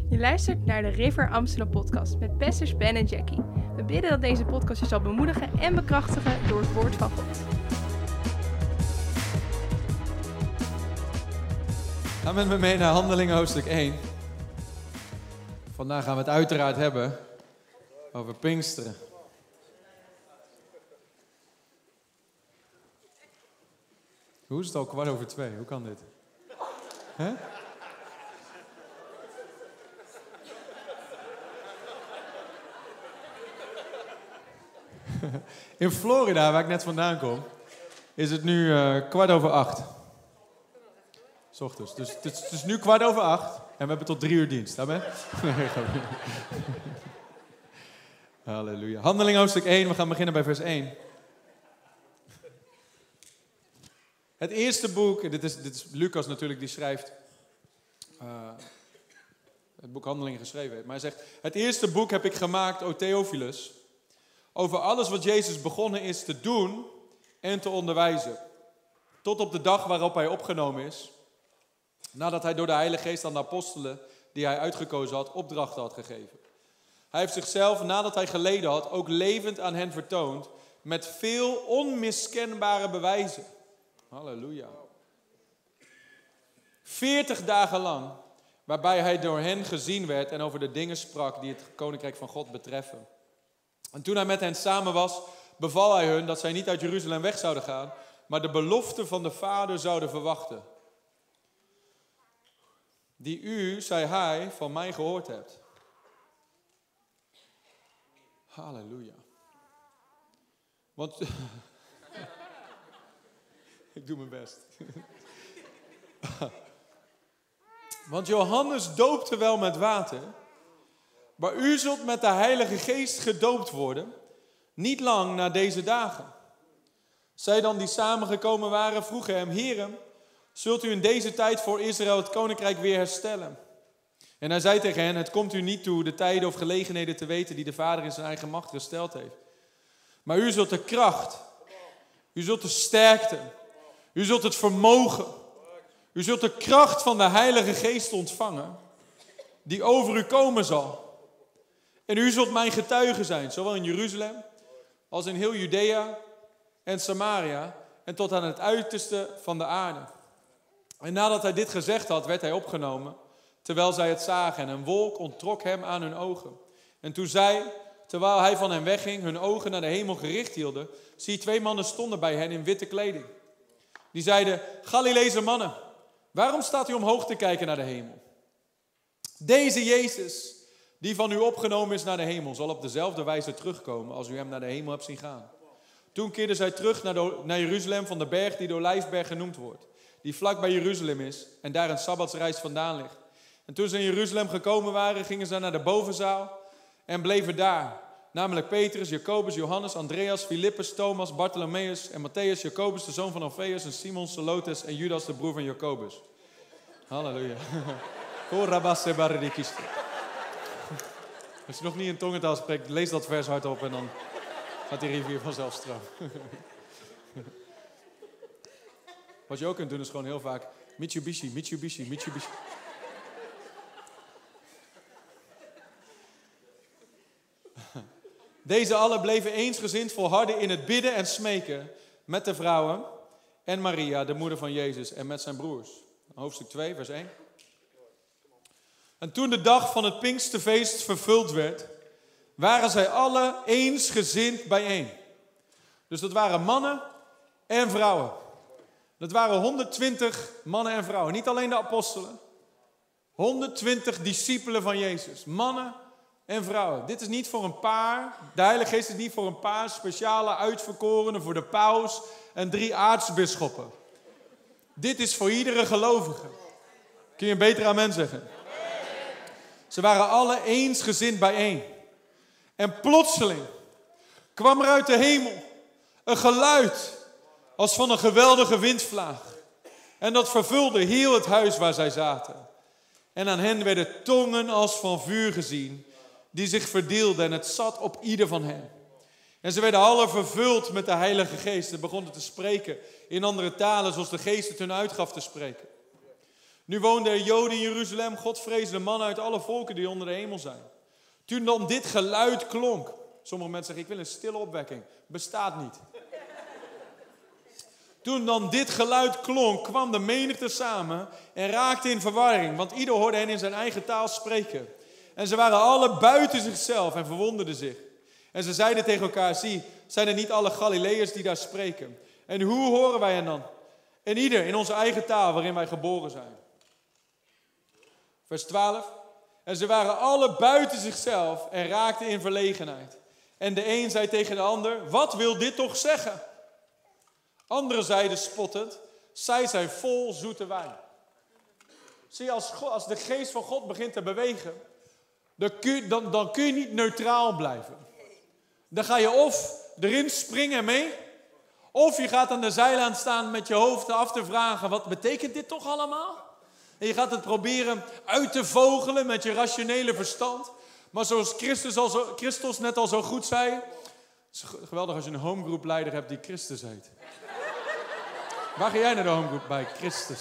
Je luistert naar de River Amsterdam podcast met pastors Ben en Jackie. We bidden dat deze podcast je zal bemoedigen en bekrachtigen door het woord van God. Ga met me mee naar Handelingen hoofdstuk 1. Vandaag gaan we het uiteraard hebben over Pinksteren. Hoe is het al 2:15? Hoe kan dit? Hè? In Florida, waar ik net vandaan kom, is het nu 7:15. 's ochtends. Dus het is nu 7:15 en we hebben tot 3 uur dienst. Amen? Halleluja. Handelingen hoofdstuk 1, we gaan beginnen bij vers 1. Het eerste boek, dit is Lucas natuurlijk, die schrijft het boek Handelingen geschreven heeft. Maar hij zegt, het eerste boek heb ik gemaakt, o Theophilus, over alles wat Jezus begonnen is te doen en te onderwijzen. Tot op de dag waarop hij opgenomen is, nadat hij door de Heilige Geest aan de apostelen, die hij uitgekozen had, opdrachten had gegeven. Hij heeft zichzelf, nadat hij geleden had, ook levend aan hen vertoond, met veel onmiskenbare bewijzen. Halleluja. 40 dagen lang, waarbij hij door hen gezien werd en over de dingen sprak die het koninkrijk van God betreffen. En toen hij met hen samen was, beval hij hun dat zij niet uit Jeruzalem weg zouden gaan, maar de belofte van de Vader zouden verwachten. Die u, zei hij, van mij gehoord hebt. Halleluja. Want ik doe mijn best. Want Johannes doopte wel met water, maar u zult met de Heilige Geest gedoopt worden, niet lang na deze dagen. Zij dan die samengekomen waren, vroegen hem, Heere, zult u in deze tijd voor Israël het koninkrijk weer herstellen? En hij zei tegen hen, het komt u niet toe de tijden of gelegenheden te weten die de Vader in zijn eigen macht gesteld heeft. Maar u zult de kracht, u zult de sterkte, u zult het vermogen, u zult de kracht van de Heilige Geest ontvangen, die over u komen zal. En u zult mijn getuige zijn, zowel in Jeruzalem als in heel Judea en Samaria en tot aan het uiterste van de aarde. En nadat hij dit gezegd had, werd hij opgenomen, terwijl zij het zagen. En een wolk onttrok hem aan hun ogen. En toen zij, terwijl hij van hen wegging, hun ogen naar de hemel gericht hielden, zie 2 mannen stonden bij hen in witte kleding. Die zeiden, Galileese mannen, waarom staat u omhoog te kijken naar de hemel? Deze Jezus, die van u opgenomen is naar de hemel, zal op dezelfde wijze terugkomen als u hem naar de hemel hebt zien gaan. Toen keerden zij terug naar Jeruzalem van de berg die de Olijfberg genoemd wordt, die vlak bij Jeruzalem is en daar een sabbatsreis vandaan ligt. En toen ze in Jeruzalem gekomen waren, gingen ze naar de bovenzaal en bleven daar. Namelijk Petrus, Jacobus, Johannes, Andreas, Filippus, Thomas, Bartholomeus en Matthäus, Jacobus, de zoon van Alfeus en Simon, Zelotes en Judas, de broer van Jacobus. Halleluja. Als je nog niet in tongentaal spreekt, lees dat vers hardop en dan gaat die rivier vanzelf stromen. Wat je ook kunt doen is gewoon heel vaak Mitsubishi, Mitsubishi, Mitsubishi. Deze allen bleven eensgezind volharden in het bidden en smeken met de vrouwen en Maria, de moeder van Jezus, en met zijn broers. Hoofdstuk 2, vers 1. En toen de dag van het Pinksterfeest vervuld werd, waren zij alle eensgezind bijeen. Dus dat waren mannen en vrouwen. Dat waren 120 mannen en vrouwen. Niet alleen de apostelen. 120 discipelen van Jezus. Mannen en vrouwen. Dit is niet voor een paar. De Heilige Geest is niet voor een paar speciale uitverkorenen. Voor de paus en 3 aartsbisschoppen. Dit is voor iedere gelovige. Kun je een beter amen zeggen? Ze waren alle eensgezind bijeen. En plotseling kwam er uit de hemel een geluid als van een geweldige windvlaag. En dat vervulde heel het huis waar zij zaten. En aan hen werden tongen als van vuur gezien, die zich verdeelden en het zat op ieder van hen. En ze werden alle vervuld met de Heilige Geest en begonnen te spreken in andere talen zoals de Geest het hun uitgaf te spreken. Nu woonden er Joden in Jeruzalem, godvrezende mannen uit alle volken die onder de hemel zijn. Toen dan dit geluid klonk. Sommige mensen zeggen, ik wil een stille opwekking. Bestaat niet. Toen dan dit geluid klonk, kwam de menigte samen en raakte in verwarring. Want ieder hoorde hen in zijn eigen taal spreken. En ze waren alle buiten zichzelf en verwonderden zich. En ze zeiden tegen elkaar, zie, zijn er niet alle Galileërs die daar spreken? En hoe horen wij hen dan? En ieder in onze eigen taal waarin wij geboren zijn. Vers 12. En ze waren alle buiten zichzelf en raakten in verlegenheid. En de een zei tegen de ander, wat wil dit toch zeggen? Anderen zeiden spottend, zij zijn vol zoete wijn. Zie je, als de geest van God begint te bewegen, dan kun je niet neutraal blijven. Dan ga je of erin springen mee, of je gaat aan de zijlijn staan met je hoofd af te vragen, wat betekent dit toch allemaal? En je gaat het proberen uit te vogelen met je rationele verstand. Maar zoals Christus net al zo goed zei, het is geweldig als je een homegroepleider hebt die Christus heet. Waar ga jij naar de homegroep? Bij Christus.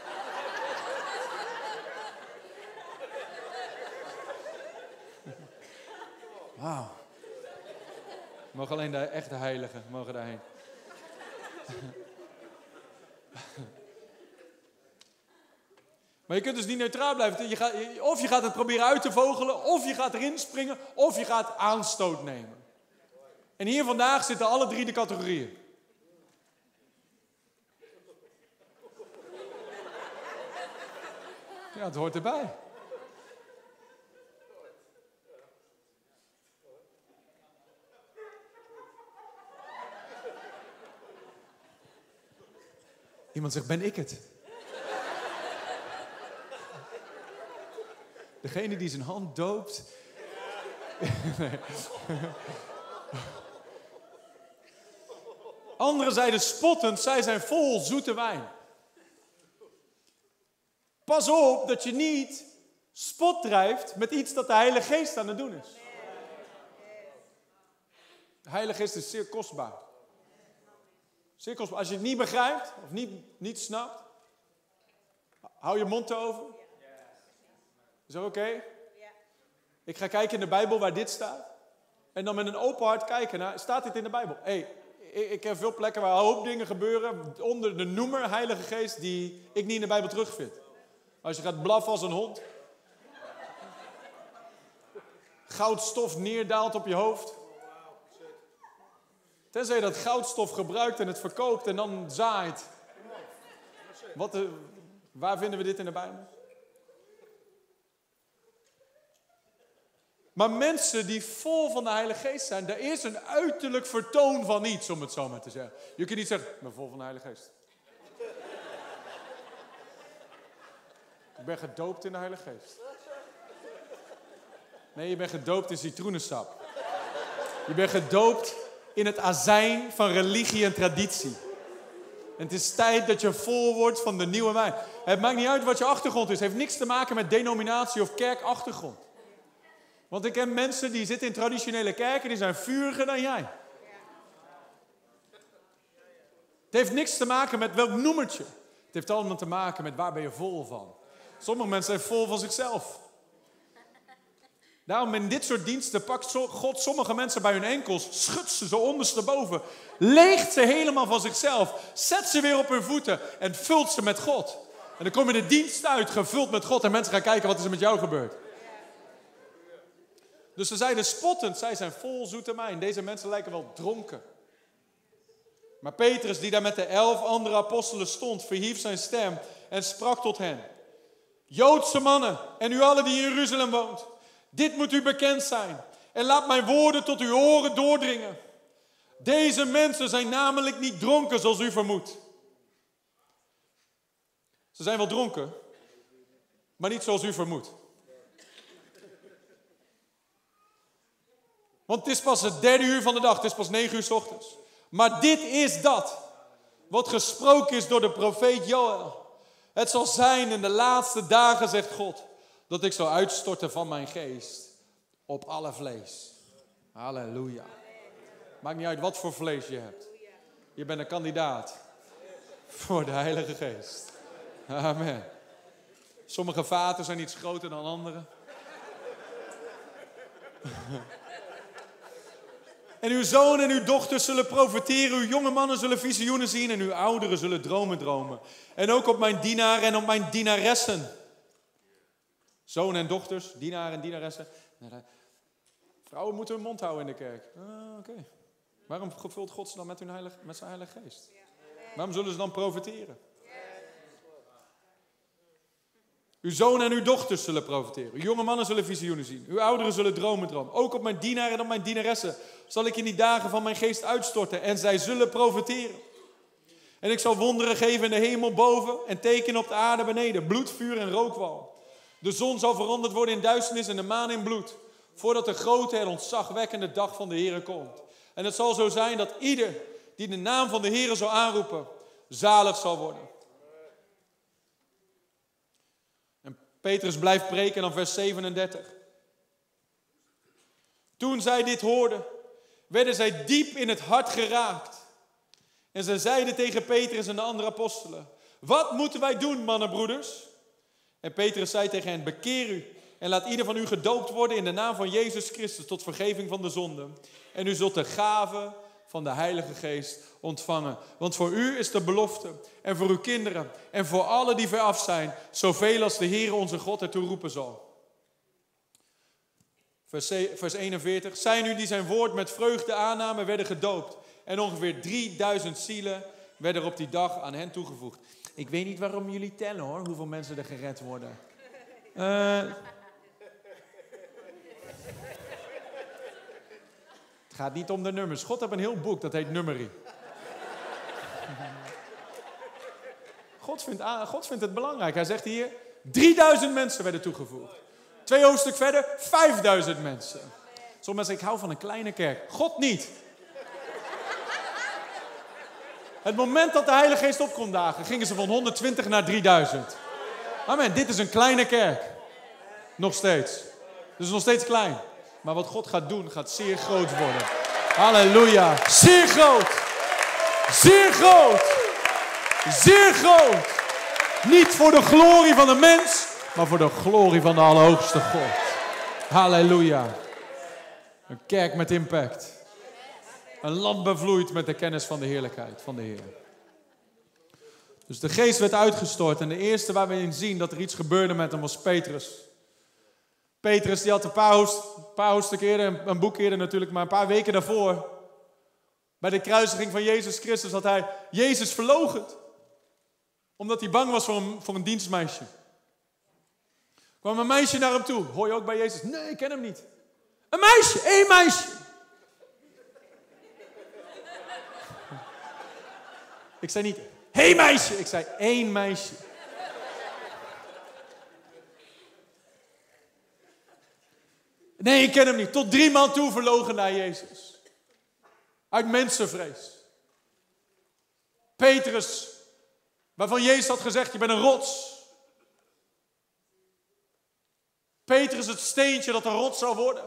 Wauw. Mogen alleen de echte heiligen mogen daarheen. Maar je kunt dus niet neutraal blijven. Of je gaat het proberen uit te vogelen, of je gaat erin springen, of je gaat aanstoot nemen. En hier vandaag zitten alle drie de categorieën. Ja, het hoort erbij. Iemand zegt, ben ik het? Degene die zijn hand doopt. Nee. Anderen zeiden spottend, zij zijn vol zoete wijn. Pas op dat je niet spot drijft met iets dat de Heilige Geest aan het doen is. De Heilige Geest is zeer kostbaar. Zeer kostbaar. Als je het niet begrijpt of niet snapt, hou je mond over. Is dat oké? Ik ga kijken in de Bijbel waar dit staat. En dan met een open hart kijken naar, staat dit in de Bijbel? Ik heb veel plekken waar een hoop dingen gebeuren onder de noemer Heilige Geest die ik niet in de Bijbel terugvind. Als je gaat blaffen als een hond. Goudstof neerdaalt op je hoofd. Tenzij je dat goudstof gebruikt en het verkoopt en dan zaait. Waar vinden we dit in de Bijbel? Maar mensen die vol van de Heilige Geest zijn, daar is een uiterlijk vertoon van iets, om het zo maar te zeggen. Je kunt niet zeggen, ik ben vol van de Heilige Geest. Ik ben gedoopt in de Heilige Geest. Nee, je bent gedoopt in citroenensap. Je bent gedoopt in het azijn van religie en traditie. En het is tijd dat je vol wordt van de nieuwe wijn. Het maakt niet uit wat je achtergrond is. Het heeft niks te maken met denominatie of kerkachtergrond. Want ik ken mensen die zitten in traditionele kerken, die zijn vuriger dan jij. Het heeft niks te maken met welk noemertje. Het heeft allemaal te maken met waar ben je vol van. Sommige mensen zijn vol van zichzelf. Daarom in dit soort diensten pakt God sommige mensen bij hun enkels, schudt ze zo ondersteboven, leegt ze helemaal van zichzelf, zet ze weer op hun voeten en vult ze met God. En dan kom je de dienst uit, gevuld met God en mensen gaan kijken wat is er met jou gebeurd. Dus ze zeiden spottend, zij zijn vol zoete wijn. Deze mensen lijken wel dronken. Maar Petrus, die daar met de 11 andere apostelen stond, verhief zijn stem en sprak tot hen. Joodse mannen en u allen die in Jeruzalem woont, dit moet u bekend zijn. En laat mijn woorden tot uw oren doordringen. Deze mensen zijn namelijk niet dronken zoals u vermoedt. Ze zijn wel dronken, maar niet zoals u vermoedt. Want het is pas het 3e uur van de dag, het is pas 9 uur 's ochtends. Maar dit is dat, wat gesproken is door de profeet Joël. Het zal zijn in de laatste dagen, zegt God, dat ik zal uitstorten van mijn geest op alle vlees. Halleluja. Maakt niet uit wat voor vlees je hebt. Je bent een kandidaat voor de Heilige Geest. Amen. Sommige vaten zijn iets groter dan andere. En uw zoon en uw dochter zullen profeteren, uw jonge mannen zullen visioenen zien en uw ouderen zullen dromen dromen. En ook op mijn dienaren en op mijn dienaressen. Zoon en dochters, dienaren en dienaressen. Vrouwen moeten hun mond houden in de kerk. Oké. Waarom vult God ze dan met zijn heilige geest? Waarom zullen ze dan profeteren? Uw zoon en uw dochters zullen profeteren. Uw jonge mannen zullen visioenen zien. Uw ouderen zullen dromen dromen. Ook op mijn dienaren en op mijn dienaressen zal ik in die dagen van mijn geest uitstorten. En zij zullen profeteren. En ik zal wonderen geven in de hemel boven en tekenen op de aarde beneden. Bloed, vuur en rookwal. De zon zal veranderd worden in duisternis en de maan in bloed. Voordat de grote en ontzagwekkende dag van de Heere komt. En het zal zo zijn dat ieder die de naam van de Heere zal aanroepen, zalig zal worden. En Petrus blijft preken dan vers 37. Toen zij dit hoorden, werden zij diep in het hart geraakt. En zij zeiden tegen Petrus en de andere apostelen: wat moeten wij doen, mannenbroeders? En Petrus zei tegen hen: bekeer u en laat ieder van u gedoopt worden in de naam van Jezus Christus tot vergeving van de zonden. En u zult de gave van de Heilige Geest ontvangen. Want voor u is de belofte en voor uw kinderen en voor allen die veraf zijn, zoveel als de Heere onze God ertoe roepen zal. Vers 41. Zij nu die zijn woord met vreugde aannamen, werden gedoopt. En ongeveer 3000 zielen werden er op die dag aan hen toegevoegd. Ik weet niet waarom jullie tellen hoor, hoeveel mensen er gered worden. Het gaat niet om de nummers. God heeft een heel boek, dat heet Nummerie. God vindt het belangrijk. Hij zegt hier, 3000 mensen werden toegevoegd. 2 hoofdstuk verder, 5000 mensen. Sommige mensen zeggen, ik hou van een kleine kerk. God niet. Het moment dat de Heilige Geest op kon dagen, gingen ze van 120 naar 3000. Amen, dit is een kleine kerk. Nog steeds. Dus nog steeds klein. Maar wat God gaat doen, gaat zeer groot worden. Halleluja. Zeer groot. Zeer groot. Zeer groot. Niet voor de glorie van de mens, maar voor de glorie van de Allerhoogste God. Halleluja. Een kerk met impact. Een land bevloeid met de kennis van de heerlijkheid van de Heer. Dus de geest werd uitgestort. En de eerste waar we in zien dat er iets gebeurde met hem was Petrus. Petrus die had een paar hoofdstukken eerder, een boek eerder natuurlijk, maar een paar weken daarvoor, bij de kruisiging van Jezus Christus, had hij Jezus verloochend. Omdat hij bang was voor een dienstmeisje. Er kwam een meisje naar hem toe. Hoor je ook bij Jezus? Nee, ik ken hem niet. Een meisje, één meisje. Ik zei niet, hé meisje. Ik zei, één meisje. Nee, ik ken hem niet. Tot 3 maal toe verloochende hij Jezus. Uit mensenvrees. Petrus, waarvan Jezus had gezegd, je bent een rots. Petrus, het steentje dat een rots zou worden.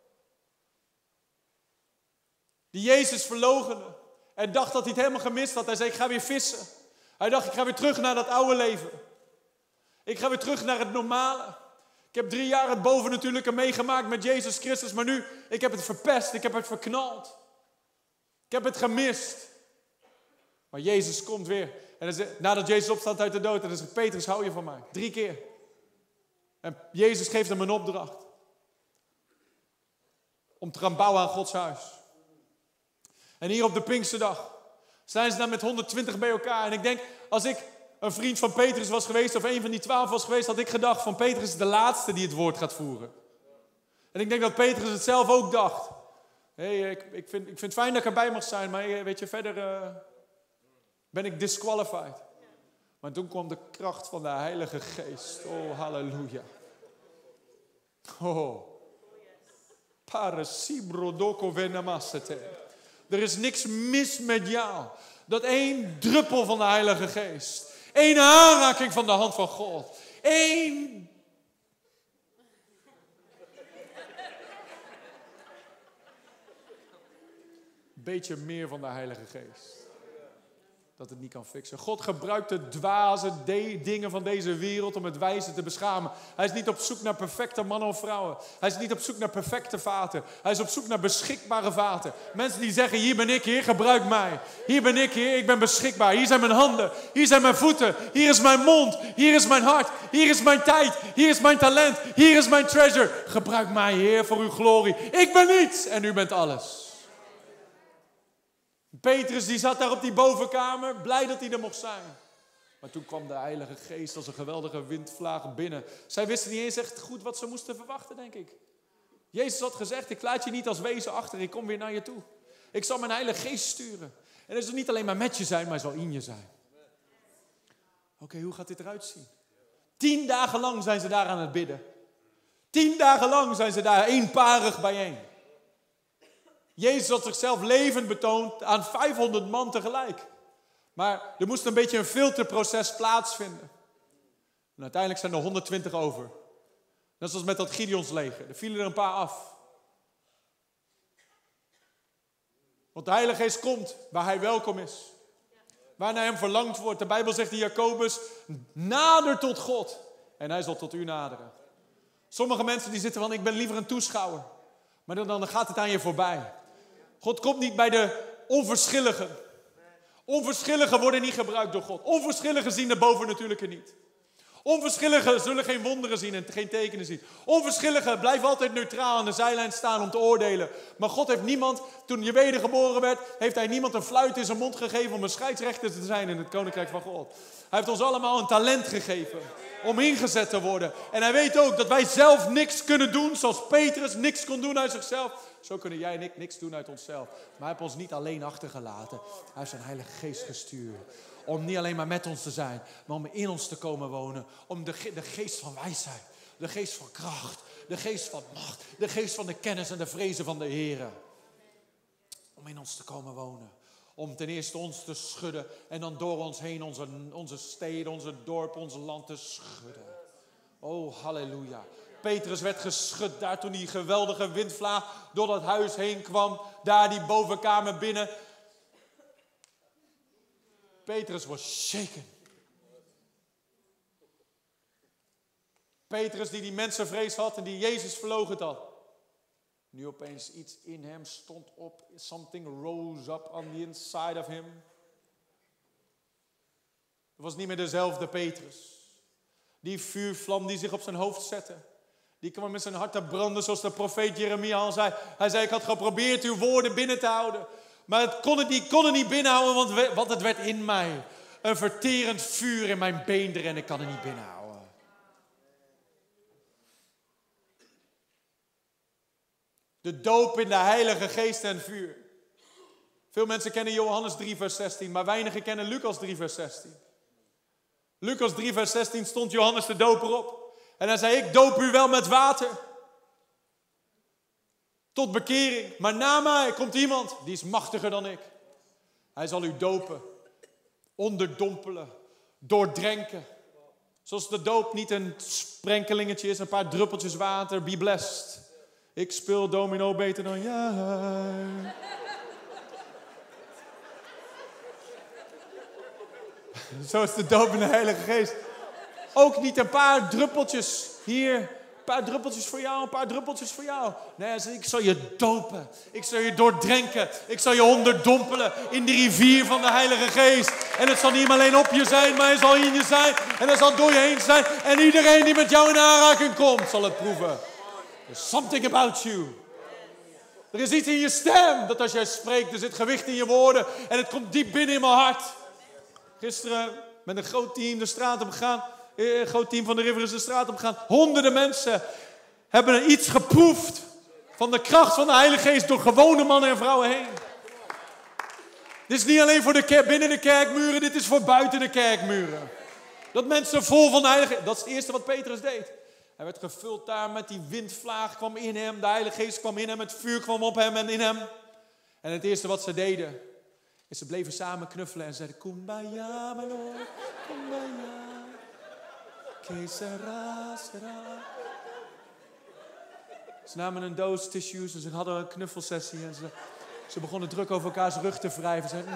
Die Jezus verloochende. En dacht dat hij het helemaal gemist had. Hij zei, ik ga weer vissen. Hij dacht, ik ga weer terug naar dat oude leven. Ik ga weer terug naar het normale. Ik heb 3 jaar het bovennatuurlijke meegemaakt met Jezus Christus. Maar nu, ik heb het verpest. Ik heb het verknald. Ik heb het gemist. Maar Jezus komt weer. En nadat Jezus opstaat uit de dood. En dan zegt Petrus, hou je van mij. 3 keer. En Jezus geeft hem een opdracht. Om te gaan bouwen aan Gods huis. En hier op de Pinksterdag zijn ze dan met 120 bij elkaar. En ik denk, als ik een vriend van Petrus was geweest, of een van die 12 was geweest, had ik gedacht van Petrus is de laatste die het woord gaat voeren. En ik denk dat Petrus het zelf ook dacht. Ik vind het fijn dat ik erbij mag zijn, maar weet je, verder ben ik disqualified. Maar toen kwam de kracht van de Heilige Geest. Oh, halleluja. Oh. Paresibrodoko venamassete. Er is niks mis met jou. Dat 1 druppel van de Heilige Geest. 1 aanraking van de hand van God. 1 beetje meer van de Heilige Geest. dat het niet kan fixen. God gebruikt de dwaze dingen van deze wereld om het wijze te beschamen. Hij is niet op zoek naar perfecte mannen of vrouwen. Hij is niet op zoek naar perfecte vaten. Hij is op zoek naar beschikbare vaten. Mensen die zeggen, hier ben ik, Heer, gebruik mij. Hier ben ik, Heer, ik ben beschikbaar. Hier zijn mijn handen, hier zijn mijn voeten, hier is mijn mond, hier is mijn hart, hier is mijn tijd, hier is mijn talent, hier is mijn treasure. Gebruik mij, Heer, voor uw glorie. Ik ben niets en u bent alles. Petrus die zat daar op die bovenkamer, blij dat hij er mocht zijn. Maar toen kwam de Heilige Geest als een geweldige windvlaag binnen. Zij wisten niet eens echt goed wat ze moesten verwachten, denk ik. Jezus had gezegd, ik laat je niet als wezen achter, ik kom weer naar je toe. Ik zal mijn Heilige Geest sturen. En het zal niet alleen maar met je zijn, maar hij zal in je zijn. Oké, hoe gaat dit eruit zien? 10 dagen lang zijn ze daar aan het bidden. 10 dagen lang zijn ze daar eenparig bijeen. Jezus had zichzelf levend betoond aan 500 man tegelijk. Maar er moest een beetje een filterproces plaatsvinden. En uiteindelijk zijn er 120 over. Net zoals met dat Gideons leger. Er vielen er een paar af. Want de Heilige Geest komt waar hij welkom is. Waar naar hem verlangd wordt. De Bijbel zegt in Jacobus, nader tot God. En hij zal tot u naderen. Sommige mensen die zitten van, ik ben liever een toeschouwer. Maar dan gaat het aan je voorbij. God komt niet bij de onverschilligen. Onverschilligen worden niet gebruikt door God. Onverschilligen zien de bovennatuurlijke niet. Onverschilligen zullen geen wonderen zien en geen tekenen zien. Onverschilligen blijven altijd neutraal aan de zijlijn staan om te oordelen. Maar God heeft niemand, toen je wedergeboren werd, heeft hij niemand een fluit in zijn mond gegeven om een scheidsrechter te zijn in het Koninkrijk van God. Hij heeft ons allemaal een talent gegeven om ingezet te worden. En hij weet ook dat wij zelf niks kunnen doen, zoals Petrus niks kon doen uit zichzelf. Zo kunnen jij en ik niks doen uit onszelf. Maar hij heeft ons niet alleen achtergelaten. Hij heeft zijn Heilige Geest gestuurd. Om niet alleen maar met ons te zijn, maar om in ons te komen wonen. Om de geest van wijsheid, de geest van kracht, de geest van macht, de geest van de kennis en de vrezen van de Heer. Om in ons te komen wonen. Om ten eerste ons te schudden en dan door ons heen onze steden, onze dorpen, ons land te schudden. Oh, halleluja. Petrus werd geschud daar toen die geweldige windvlaag door dat huis heen kwam. Daar die bovenkamer binnen. Petrus was shaken. Petrus die mensenvrees had en die Jezus verloochend had. Nu opeens iets in hem stond op. Something rose up on the inside of him. Het was niet meer dezelfde Petrus. Die vuurvlam die zich op zijn hoofd zette. Die kwam met zijn hart te branden zoals de profeet Jeremia al zei. Hij zei, ik had geprobeerd uw woorden binnen te houden. Maar ik kon het niet binnenhouden, want het werd in mij. Een verterend vuur in mijn beenderen en ik kan het niet binnenhouden. De doop in de Heilige Geest en vuur. Veel mensen kennen Johannes 3 vers 16, maar weinigen kennen Lucas 3 vers 16. Lucas 3 vers 16 stond Johannes de doper op. En hij zei, ik doop u wel met water. Tot bekering. Maar na mij komt iemand, die is machtiger dan ik. Hij zal u dopen. Onderdompelen. Doordrenken. Zoals de doop niet een sprenkelingetje is, een paar druppeltjes water. Be blessed. Ik speel domino beter dan jij. Zo is de doop in de Heilige Geest. Ook niet een paar druppeltjes hier. Een paar druppeltjes voor jou, een paar druppeltjes voor jou. Nee, hij zei, ik zal je dopen. Ik zal je doordrenken. Ik zal je onderdompelen in de rivier van de Heilige Geest. En het zal niet alleen op je zijn, maar hij zal in je zijn. En hij zal door je heen zijn. En iedereen die met jou in aanraking komt, zal het proeven. There's something about you. Er is iets in je stem, dat als jij spreekt, er zit gewicht in je woorden. En het komt diep binnen in mijn hart. Gisteren met een groot team de straat op gegaan. Een groot team van de River is de straat op gegaan. Honderden mensen hebben iets geproefd van de kracht van de Heilige Geest door gewone mannen en vrouwen heen. Dit is niet alleen voor de binnen de kerkmuren, dit is voor buiten de kerkmuren. Dat mensen vol van de Heilige Geest, dat is het eerste wat Petrus deed. Hij werd gevuld daar met die windvlaag, kwam in hem, de Heilige Geest kwam in hem, het vuur kwam op hem en in hem. En het eerste wat ze deden, is ze bleven samen knuffelen en zeiden, Kumbaya, my Lord, Kumbaya. Que sera, sera. Ze namen een doos tissues en ze hadden een knuffelsessie. En Ze begonnen druk over elkaars rug te wrijven. Ze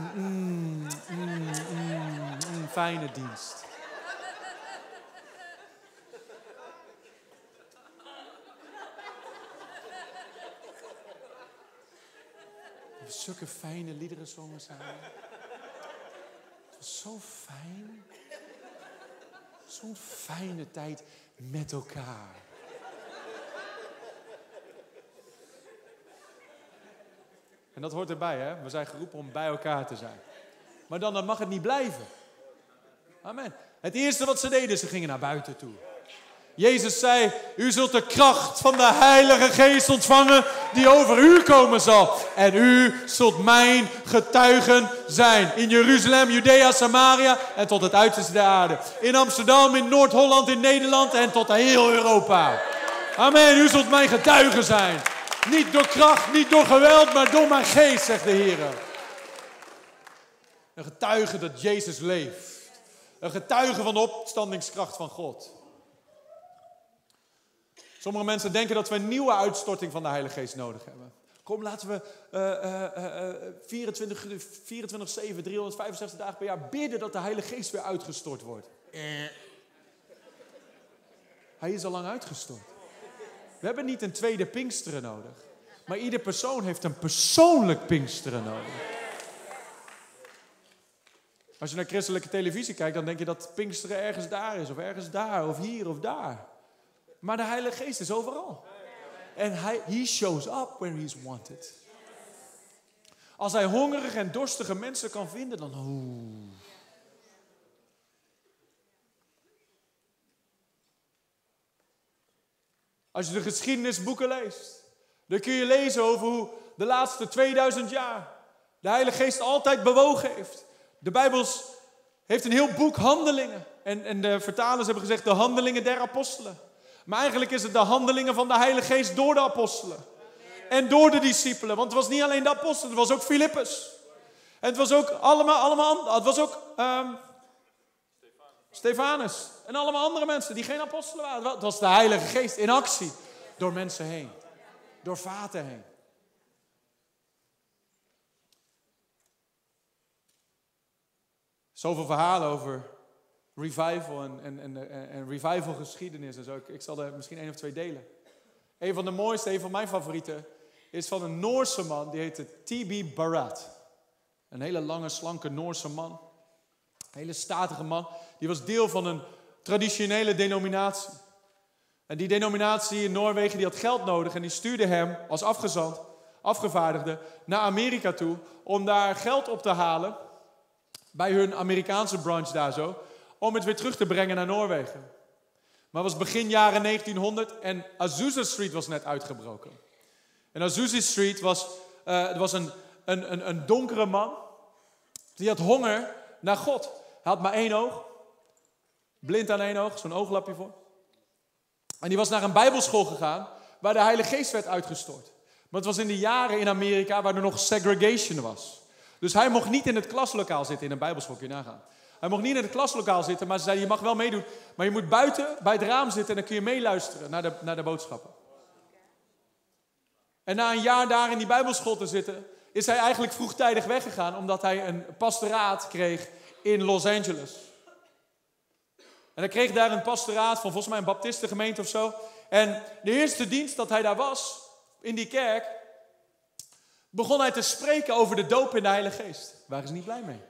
fijne dienst. Zulke fijne liederen zongen samen. Het was zo fijn. Zo'n fijne tijd met elkaar. En dat hoort erbij, hè? We zijn geroepen om bij elkaar te zijn. Maar dan mag het niet blijven. Amen. Het eerste wat ze deden, ze gingen naar buiten toe. Jezus zei, u zult de kracht van de Heilige Geest ontvangen die over u komen zal. En u zult mijn getuigen zijn. In Jeruzalem, Judea, Samaria en tot het uiterste der aarde. In Amsterdam, in Noord-Holland, in Nederland en tot heel Europa. Amen, u zult mijn getuigen zijn. Niet door kracht, niet door geweld, maar door mijn geest, zegt de Heer. Een getuige dat Jezus leeft. Een getuige van de opstandingskracht van God. Sommige mensen denken dat we een nieuwe uitstorting van de Heilige Geest nodig hebben. Kom, laten we 24/7, 365 dagen per jaar bidden dat de Heilige Geest weer uitgestort wordt. Hij is al lang uitgestort. We hebben niet een tweede Pinksteren nodig. Maar ieder persoon heeft een persoonlijk Pinksteren nodig. Als je naar christelijke televisie kijkt, dan denk je dat Pinksteren ergens daar is. Of ergens daar, of hier, of daar. Maar de Heilige Geest is overal. En he shows up where he's wanted. Als hij hongerige en dorstige mensen kan vinden, dan... Als je de geschiedenisboeken leest, dan kun je lezen over hoe de laatste 2000 jaar de Heilige Geest altijd bewogen heeft. De Bijbel heeft een heel boek handelingen. En de vertalers hebben gezegd de handelingen der apostelen. Maar eigenlijk is het de handelingen van de Heilige Geest door de apostelen. En door de discipelen. Want het was niet alleen de apostelen, het was ook Filippus. En het was ook allemaal het was ook Stefanus. En allemaal andere mensen die geen apostelen waren. Het was de Heilige Geest in actie. Door mensen heen. Door vaten heen. Zoveel verhalen over revival en revival geschiedenis en zo. Ik zal er misschien 1 of 2 delen. Een van de mooiste, een van mijn favorieten, is van een Noorse man. Die heette T.B. Barrett. Een hele lange, slanke Noorse man. Een hele statige man. Die was deel van een traditionele denominatie. En die denominatie in Noorwegen, die had geld nodig. En die stuurde hem als afgevaardigde, naar Amerika toe. Om daar geld op te halen. Bij hun Amerikaanse branch daar zo. Om het weer terug te brengen naar Noorwegen. Maar het was begin jaren 1900 en Azusa Street was net uitgebroken. En Azusa Street was een donkere man. Die had honger naar God. Hij had maar 1 oog. Blind aan 1 oog, zo'n ooglapje voor. En die was naar een bijbelschool gegaan waar de Heilige Geest werd uitgestort. Maar het was in de jaren in Amerika waar er nog segregation was. Dus hij mocht niet in het klaslokaal zitten in een bijbelschool, kun je nagaan. Hij mocht niet in het klaslokaal zitten, maar ze zeiden, je mag wel meedoen. Maar je moet buiten bij het raam zitten en dan kun je meeluisteren naar de boodschappen. En na een jaar daar in die bijbelschool te zitten, is hij eigenlijk vroegtijdig weggegaan, omdat hij een pastoraat kreeg in Los Angeles. En hij kreeg daar een pastoraat van volgens mij een baptistengemeente of zo. En de eerste dienst dat hij daar was, in die kerk, begon hij te spreken over de doop in de Heilige Geest. Daar waren ze niet blij mee.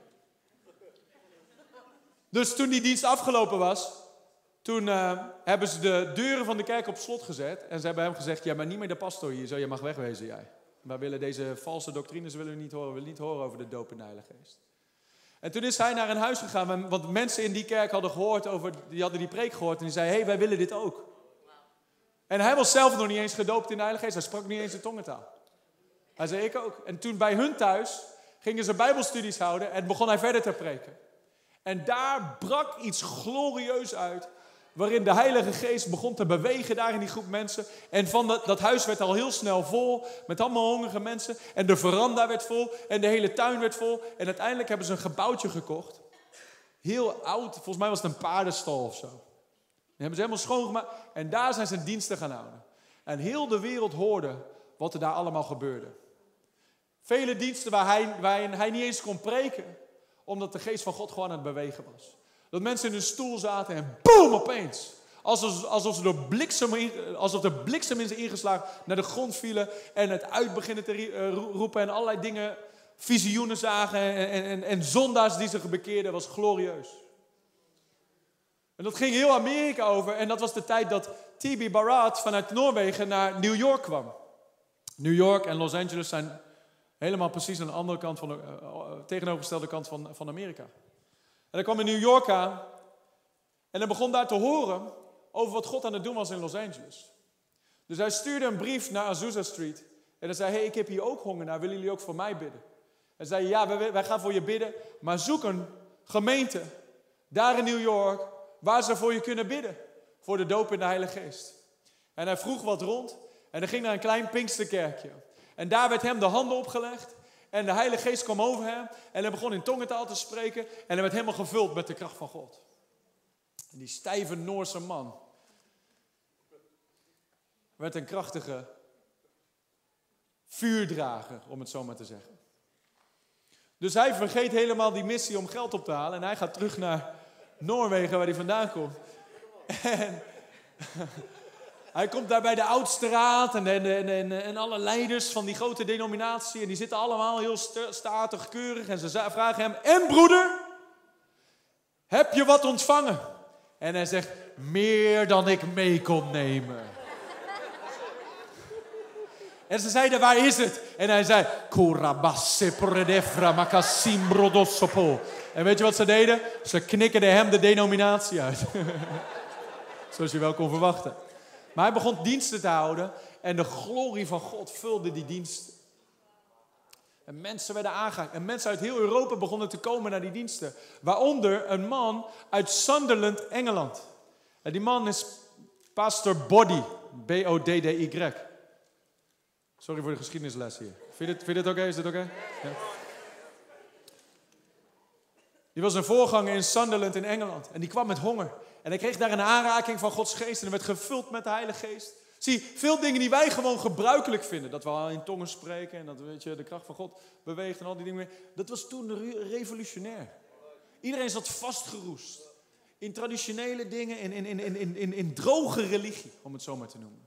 Dus toen die dienst afgelopen was, toen hebben ze de deuren van de kerk op slot gezet. En ze hebben hem gezegd, ja, maar niet meer de pastor hier, zo, je mag wegwezen jij. Wij willen deze valse doctrines niet horen, we willen niet horen over de doop in de Heilige Geest. En toen is hij naar een huis gegaan, want mensen in die kerk hadden gehoord die hadden die preek gehoord. En die zeiden, hey, wij willen dit ook. En hij was zelf nog niet eens gedoopt in de Heilige Geest, hij sprak niet eens de tongentaal. Hij zei, ik ook. En toen bij hun thuis gingen ze bijbelstudies houden en begon hij verder te preken. En daar brak iets glorieus uit, waarin de Heilige Geest begon te bewegen daar in die groep mensen. En van dat huis werd al heel snel vol, met allemaal hongerige mensen. En de veranda werd vol en de hele tuin werd vol. En uiteindelijk hebben ze een gebouwtje gekocht. Heel oud, volgens mij was het een paardenstal of zo. Die hebben ze helemaal schoongemaakt en daar zijn ze diensten gaan houden. En heel de wereld hoorde wat er daar allemaal gebeurde. Vele diensten waarin hij niet eens kon preken, omdat de geest van God gewoon aan het bewegen was. Dat mensen in hun stoel zaten en boom, opeens. Alsof de bliksem in ze ingeslagen naar de grond vielen en het uit beginnen te roepen en allerlei dingen, visioenen zagen en zondaars die zich bekeerden, was glorieus. En dat ging heel Amerika over en dat was de tijd dat T.B. Barrett vanuit Noorwegen naar New York kwam. New York en Los Angeles zijn helemaal precies aan de andere kant tegenovergestelde kant van Amerika. En hij kwam in New York aan en hij begon daar te horen over wat God aan het doen was in Los Angeles. Dus hij stuurde een brief naar Azusa Street en hij zei, hey, ik heb hier ook honger naar, willen jullie ook voor mij bidden? Hij zei, ja, wij gaan voor je bidden, maar zoek een gemeente daar in New York waar ze voor je kunnen bidden, voor de doop in de Heilige Geest. En hij vroeg wat rond en hij ging naar een klein Pinksterkerkje. En daar werd hem de handen opgelegd en de Heilige Geest kwam over hem en hij begon in tongentaal te spreken en hij werd helemaal gevuld met de kracht van God. En die stijve Noorse man werd een krachtige vuurdrager, om het zo maar te zeggen. Dus hij vergeet helemaal die missie om geld op te halen en hij gaat terug naar Noorwegen, waar hij vandaan komt. En hij komt daar bij de oudste raad en alle leiders van die grote denominatie. En die zitten allemaal heel statig, keurig. En ze vragen hem, en broeder, heb je wat ontvangen? En hij zegt, meer dan ik mee kon nemen. En ze zeiden, waar is het? En hij zei, Korabasse predefra makasimbrodossopo. En weet je wat ze deden? Ze knikkerden hem de denominatie uit. Zoals je wel kon verwachten. Maar hij begon diensten te houden en de glorie van God vulde die diensten. En mensen werden aangeraakt. En mensen uit heel Europa begonnen te komen naar die diensten. Waaronder een man uit Sunderland, Engeland. En die man is pastor Boddy. B-O-D-D-Y. Sorry voor de geschiedenisles hier. Vind je dit oké? Is dit oké? Ja. Die was een voorganger in Sunderland in Engeland. En die kwam met honger. En hij kreeg daar een aanraking van Gods geest. En hij werd gevuld met de Heilige Geest. Zie, veel dingen die wij gewoon gebruikelijk vinden. Dat we al in tongen spreken. En dat de kracht van God beweegt en al die dingen meer. Dat was toen revolutionair. Iedereen zat vastgeroest. In traditionele dingen. In droge religie. Om het zo maar te noemen.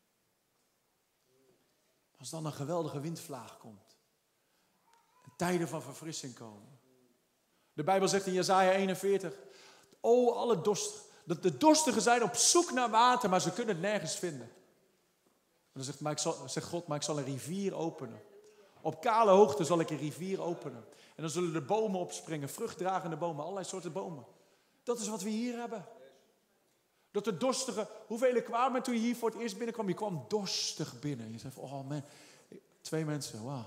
Als dan een geweldige windvlaag komt. En tijden van verfrissing komen. De Bijbel zegt in Jesaja 41. O, alle dorstigen. Dat de dorstigen zijn op zoek naar water, maar ze kunnen het nergens vinden. En dan zegt God, maar ik zal een rivier openen. Op kale hoogte zal ik een rivier openen. En dan zullen de bomen opspringen, vruchtdragende bomen, allerlei soorten bomen. Dat is wat we hier hebben. Dat de dorstigen, hoeveel kwamen toen je hier voor het eerst binnenkwam? Je kwam dorstig binnen. Je zei van, oh man, 2 mensen, wauw.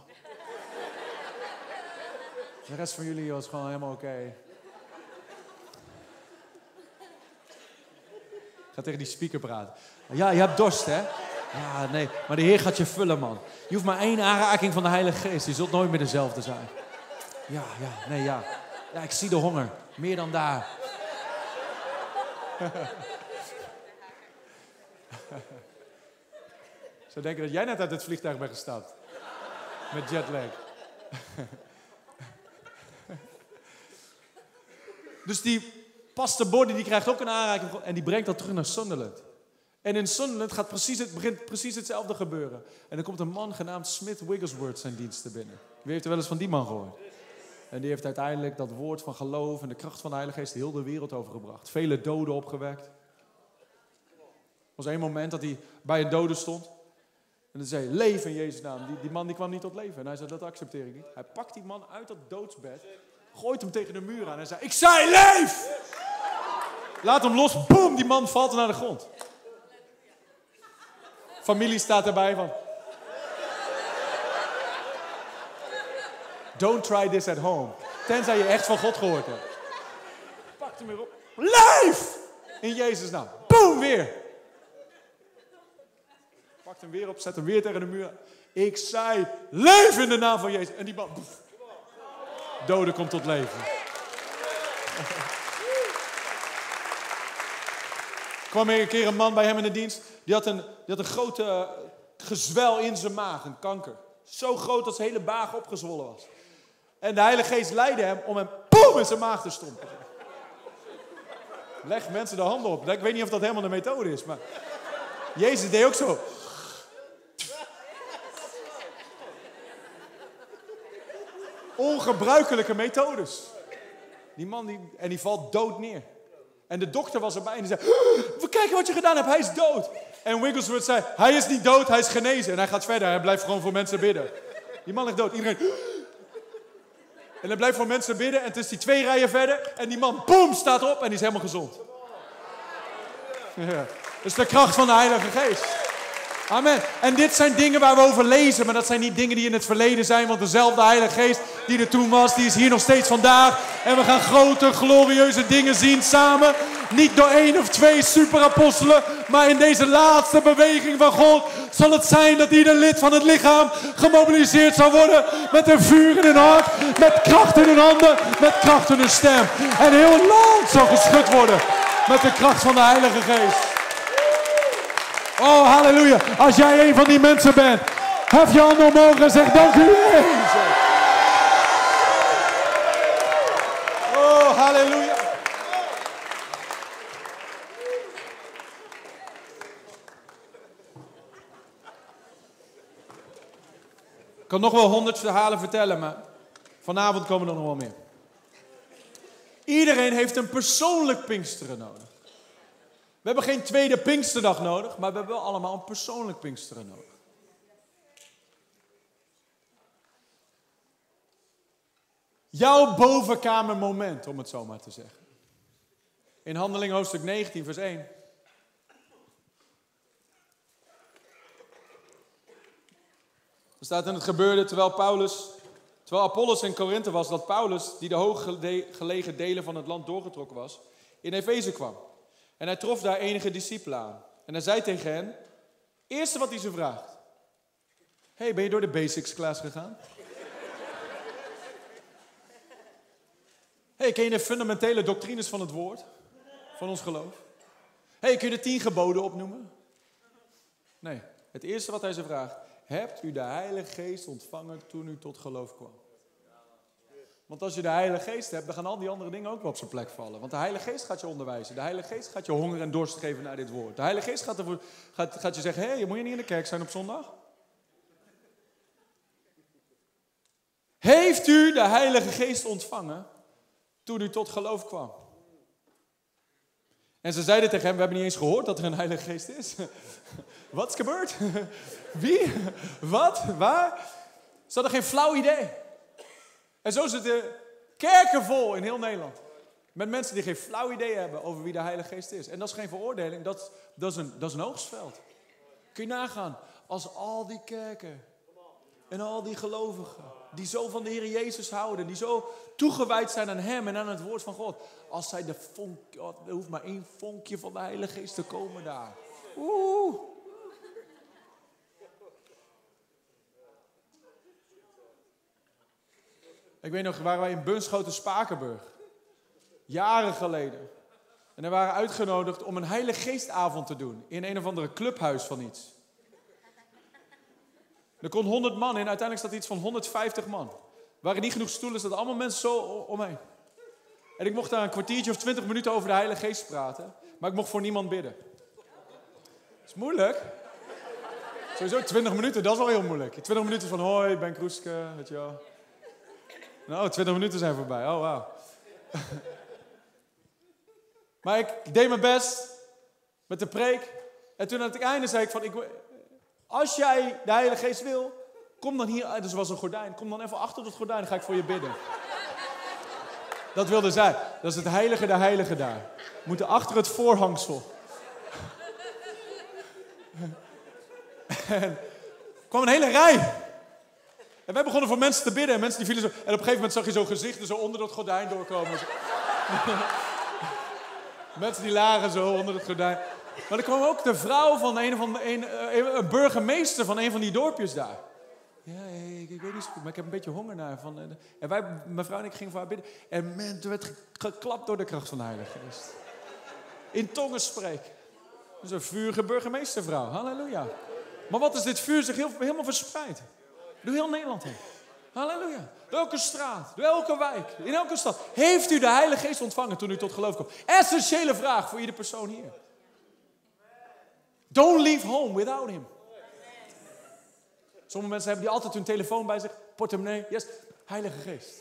De rest van jullie was gewoon helemaal oké. Ik ga tegen die speaker praten. Ja, je hebt dorst, hè? Ja, nee, maar de Heer gaat je vullen, man. Je hoeft maar 1 aanraking van de Heilige Geest. Je zult nooit meer dezelfde zijn. Ja. Ja, ik zie de honger. Meer dan daar. Ze denken dat jij net uit het vliegtuig bent gestapt. Met jetlag. Dus die pastor Boddy die krijgt ook een aanraking en die brengt dat terug naar Sunderland. En in Sunderland begint precies hetzelfde gebeuren. En er komt een man genaamd Smith Wigglesworth zijn diensten binnen. Wie heeft er wel eens van die man gehoord? En die heeft uiteindelijk dat woord van geloof en de kracht van de Heilige Geest heel de wereld overgebracht. Vele doden opgewekt. Er was 1 moment dat hij bij een dode stond. En dan zei hij, leef in Jezus' naam. Die man die kwam niet tot leven. En hij zei, dat accepteer ik niet. Hij pakt die man uit dat doodsbed. Gooit hem tegen de muur aan en zei, ik zei leef! Laat hem los, boem, die man valt naar de grond. Familie staat erbij van... Don't try this at home. Tenzij je echt van God gehoord hebt. Pakt hem weer op. Leef! In Jezus' naam. Boom, weer. Pakt hem weer op, zet hem weer tegen de muur. Ik zei, leef in de naam van Jezus. En die man... Dode komt tot leven. Kwam er een keer een man bij hem in de dienst. Die had een grote gezwel in zijn maag, een kanker. Zo groot dat zijn hele baag opgezwollen was. En de Heilige Geest leidde hem om hem boem in zijn maag te stompen. Leg mensen de handen op. Ik weet niet of dat helemaal de methode is, maar Jezus deed ook zo. Ongebruikelijke methodes. Die man die valt dood neer. En de dokter was erbij en die zei, we kijken wat je gedaan hebt, hij is dood. En Wigglesworth zei, hij is niet dood, hij is genezen. En hij gaat verder, hij blijft gewoon voor mensen bidden. Die man ligt dood, iedereen. En hij blijft voor mensen bidden en het is die 2 rijen verder. En die man, boem, staat op en die is helemaal gezond. Ja, dat is de kracht van de Heilige Geest. Amen. En dit zijn dingen waar we over lezen, maar dat zijn niet dingen die in het verleden zijn, want dezelfde Heilige Geest die er toen was, die is hier nog steeds vandaag. En we gaan grote, glorieuze dingen zien samen. Niet door 1 of 2 superapostelen, maar in deze laatste beweging van God zal het zijn dat ieder lid van het lichaam gemobiliseerd zal worden met een vuur in hun hart, met kracht in hun handen, met kracht in hun stem. En heel het land zal geschud worden met de kracht van de Heilige Geest. Oh, halleluja. Als jij een van die mensen bent, hef je handen omhoog en zeg dank u, Jezus. Oh, halleluja. Ik kan nog wel 100 verhalen vertellen, maar vanavond komen er nog wel meer. Iedereen heeft een persoonlijk Pinksteren nodig. We hebben geen tweede Pinksterdag nodig, maar we hebben wel allemaal een persoonlijk Pinksteren nodig. Jouw bovenkamermoment, om het zo maar te zeggen. In Handelingen hoofdstuk 19, vers 1. Er staat in het gebeurde terwijl Apollos in Korinthe was, dat Paulus, die de hooggelegen delen van het land doorgetrokken was, in Efeze kwam. En hij trof daar enige discipelen aan. En hij zei tegen hen, eerste wat hij ze vraagt. Hey, ben je door de basics class gegaan? Hey, ken je de fundamentele doctrines van het woord? Van ons geloof? Hey, kun je de 10 geboden opnoemen? Nee, het eerste wat hij ze vraagt. Hebt u de Heilige Geest ontvangen toen u tot geloof kwam? Want als je de Heilige Geest hebt, dan gaan al die andere dingen ook wel op zijn plek vallen. Want de Heilige Geest gaat je onderwijzen. De Heilige Geest gaat je honger en dorst geven naar dit woord. De Heilige Geest gaat je zeggen, hé, moet je niet in de kerk zijn op zondag? Heeft u de Heilige Geest ontvangen toen u tot geloof kwam? En ze zeiden tegen hem, we hebben niet eens gehoord dat er een Heilige Geest is. Wat is gebeurd? Wie? Wat? Waar? Ze hadden geen flauw idee. En zo zitten kerken vol in heel Nederland. Met mensen die geen flauw idee hebben over wie de Heilige Geest is. En dat is geen veroordeling, dat is een oogstveld. Kun je nagaan, als al die kerken en al die gelovigen, die zo van de Heer Jezus houden, die zo toegewijd zijn aan Hem en aan het woord van God. Als zij er hoeft maar 1 vonkje van de Heilige Geest te komen daar. Oeh. Ik weet nog, waren wij in Bunschoten, Spakenburg. Jaren geleden. En we waren uitgenodigd om een Heilige Geestavond te doen. In een of andere clubhuis van iets. Er kon 100 man in. Uiteindelijk staat iets van 150 man. Er waren niet genoeg stoelen. Er zaten allemaal mensen zo omheen. En ik mocht daar een kwartiertje of 20 minuten over de Heilige Geest praten. Maar ik mocht voor niemand bidden. Dat is moeilijk. Sowieso 20 minuten, dat is wel heel moeilijk. 20 minuten van hoi, ik ben Kroeske, weet je wel. Nou, 20 minuten zijn voorbij. Oh, wauw. Maar ik deed mijn best met de preek. En toen aan het einde zei ik van, als jij de Heilige Geest wil, kom dan hier, dus er was een gordijn, kom dan even achter dat gordijn, dan ga ik voor je bidden. Dat wilde zij. Dat is het heilige de heilige daar. We moeten achter het voorhangsel. En er kwam een hele rij. En wij begonnen voor mensen te bidden. En mensen die vielen zo. En op een gegeven moment zag je zo gezichten zo onder dat gordijn doorkomen. Mensen die lagen zo onder het gordijn. Maar er kwam ook de vrouw van een burgemeester van een van die dorpjes daar. Ja, ik weet niet zo goed, maar ik heb een beetje honger naar. En mijn vrouw en ik gingen voor haar bidden. En er werd geklapt door de kracht van de Heilige Geest. In tongen spreken. Dat is een vurige burgemeestervrouw. Halleluja. Maar wat is dit vuur zich helemaal verspreid? Door heel Nederland heen. Halleluja. Door elke straat, door elke wijk, in elke stad. Heeft u de Heilige Geest ontvangen toen u tot geloof kwam? Essentiële vraag voor iedere persoon hier. Don't leave home without him. Sommige mensen hebben die altijd hun telefoon bij zich, portemonnee, yes, Heilige Geest.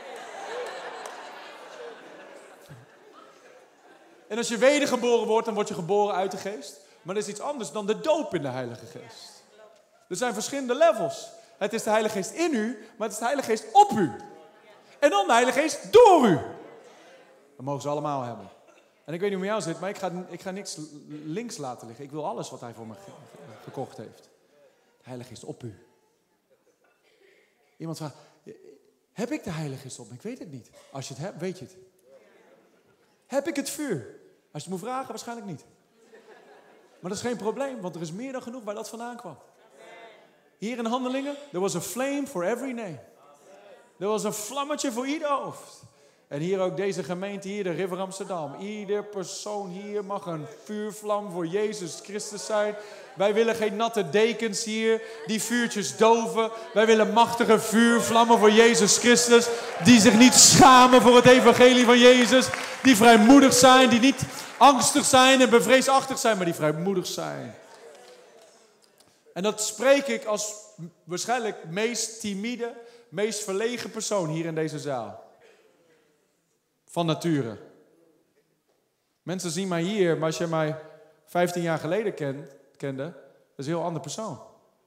En als je wedergeboren wordt, dan word je geboren uit de Geest. Maar dat is iets anders dan de doop in de Heilige Geest. Er zijn verschillende levels. Het is de Heilige Geest in u, maar het is de Heilige Geest op u. En dan de Heilige Geest door u. Dat mogen ze allemaal hebben. En ik weet niet hoe het met jou zit, maar ik ga niks links laten liggen. Ik wil alles wat hij voor me gekocht heeft. De Heilige Geest op u. Iemand vraagt, heb ik de Heilige Geest op me? Ik weet het niet. Als je het hebt, weet je het. Heb ik het vuur? Als je het moet vragen, waarschijnlijk niet. Maar dat is geen probleem, want er is meer dan genoeg waar dat vandaan kwam. Hier in Handelingen, there was a flame for every name. Er was een vlammetje voor ieder hoofd. En hier ook deze gemeente hier, de River Amsterdam. Ieder persoon hier mag een vuurvlam voor Jezus Christus zijn. Wij willen geen natte dekens hier die vuurtjes doven. Wij willen machtige vuurvlammen voor Jezus Christus. Die zich niet schamen voor het evangelie van Jezus. Die vrijmoedig zijn, die niet angstig zijn en bevreesachtig zijn, maar die vrijmoedig zijn. En dat spreek ik als waarschijnlijk meest timide, meest verlegen persoon hier in deze zaal. Van nature. Mensen zien mij hier, maar als je mij 15 jaar geleden kende, dat is een heel ander persoon.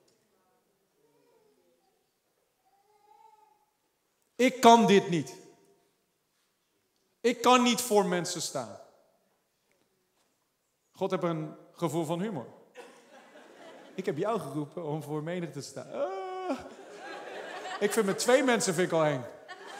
Ik kan dit niet. Ik kan niet voor mensen staan. God heeft een gevoel van humor. Ik heb jou geroepen om voor menigte te staan. Ik vind met 2 mensen al eng.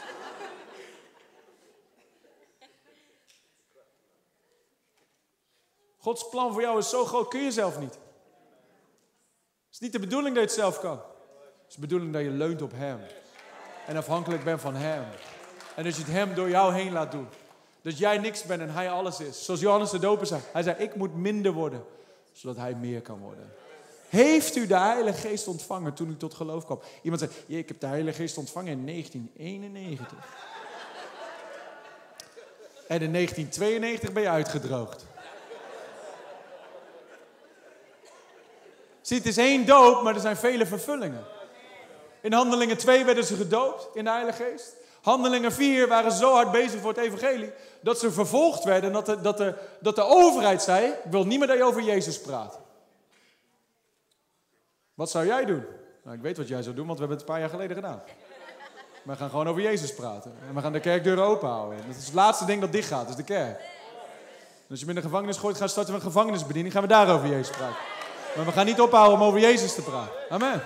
Gods plan voor jou is zo groot, kun je zelf niet. Het is niet de bedoeling dat je het zelf kan. Het is de bedoeling dat je leunt op hem. En afhankelijk bent van hem. En dat je het hem door jou heen laat doen. Dat jij niks bent en hij alles is. Zoals Johannes de Doper zei. Hij zei, ik moet minder worden, zodat hij meer kan worden. Heeft u de Heilige Geest ontvangen toen u tot geloof kwam? Iemand zei, ik heb de Heilige Geest ontvangen in 1991. En in 1992 ben je uitgedroogd. Zie, het is 1 doop, maar er zijn vele vervullingen. In Handelingen 2 werden ze gedoopt in de Heilige Geest. Handelingen 4 waren ze zo hard bezig voor het evangelie, dat ze vervolgd werden en dat de overheid zei, ik wil niet meer dat je over Jezus praat. Wat zou jij doen? Nou, ik weet wat jij zou doen, want we hebben het een paar jaar geleden gedaan. We gaan gewoon over Jezus praten. En we gaan de kerkdeuren open houden. Dat is het laatste ding dat dicht gaat, dat is de kerk. En als je me in de gevangenis gooit, starten we een gevangenisbediening, gaan we daar over Jezus praten. Maar we gaan niet ophouden om over Jezus te praten. Amen.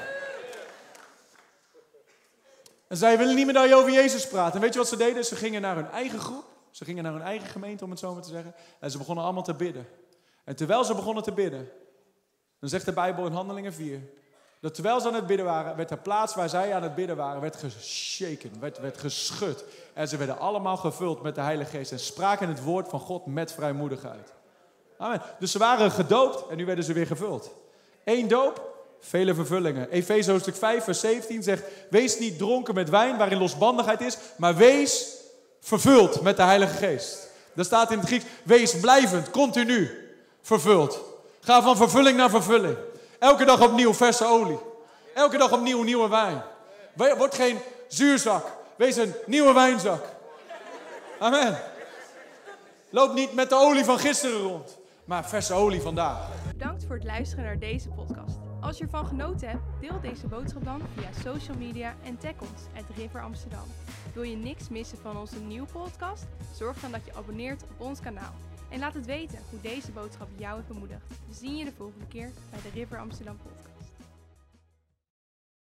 En zij willen niet meer dat je over Jezus praat. En weet je wat ze deden? Ze gingen naar hun eigen groep. Ze gingen naar hun eigen gemeente, om het zo maar te zeggen. En ze begonnen allemaal te bidden. En terwijl ze begonnen te bidden, dan zegt de Bijbel in Handelingen 4... dat terwijl ze aan het bidden waren, werd de plaats waar zij aan het bidden waren, werd geshaken, werd geschud. En ze werden allemaal gevuld met de Heilige Geest en spraken het woord van God met vrijmoedigheid. Amen. Dus ze waren gedoopt en nu werden ze weer gevuld. 1 doop, vele vervullingen. Efeze hoofdstuk 5 vers 17 zegt, wees niet dronken met wijn waarin losbandigheid is, maar wees vervuld met de Heilige Geest. Daar staat in het Grieks, wees blijvend, continu vervuld. Ga van vervulling naar vervulling. Elke dag opnieuw verse olie. Elke dag opnieuw nieuwe wijn. Word geen zuurzak. Wees een nieuwe wijnzak. Amen. Loop niet met de olie van gisteren rond, maar verse olie vandaag. Bedankt voor het luisteren naar deze podcast. Als je ervan genoten hebt, deel deze boodschap dan via social media en tag ons @River Amsterdam. Wil je niks missen van onze nieuwe podcast? Zorg dan dat je abonneert op ons kanaal. En laat het weten hoe deze boodschap jou heeft bemoedigd. We zien je de volgende keer bij de River Amsterdam podcast.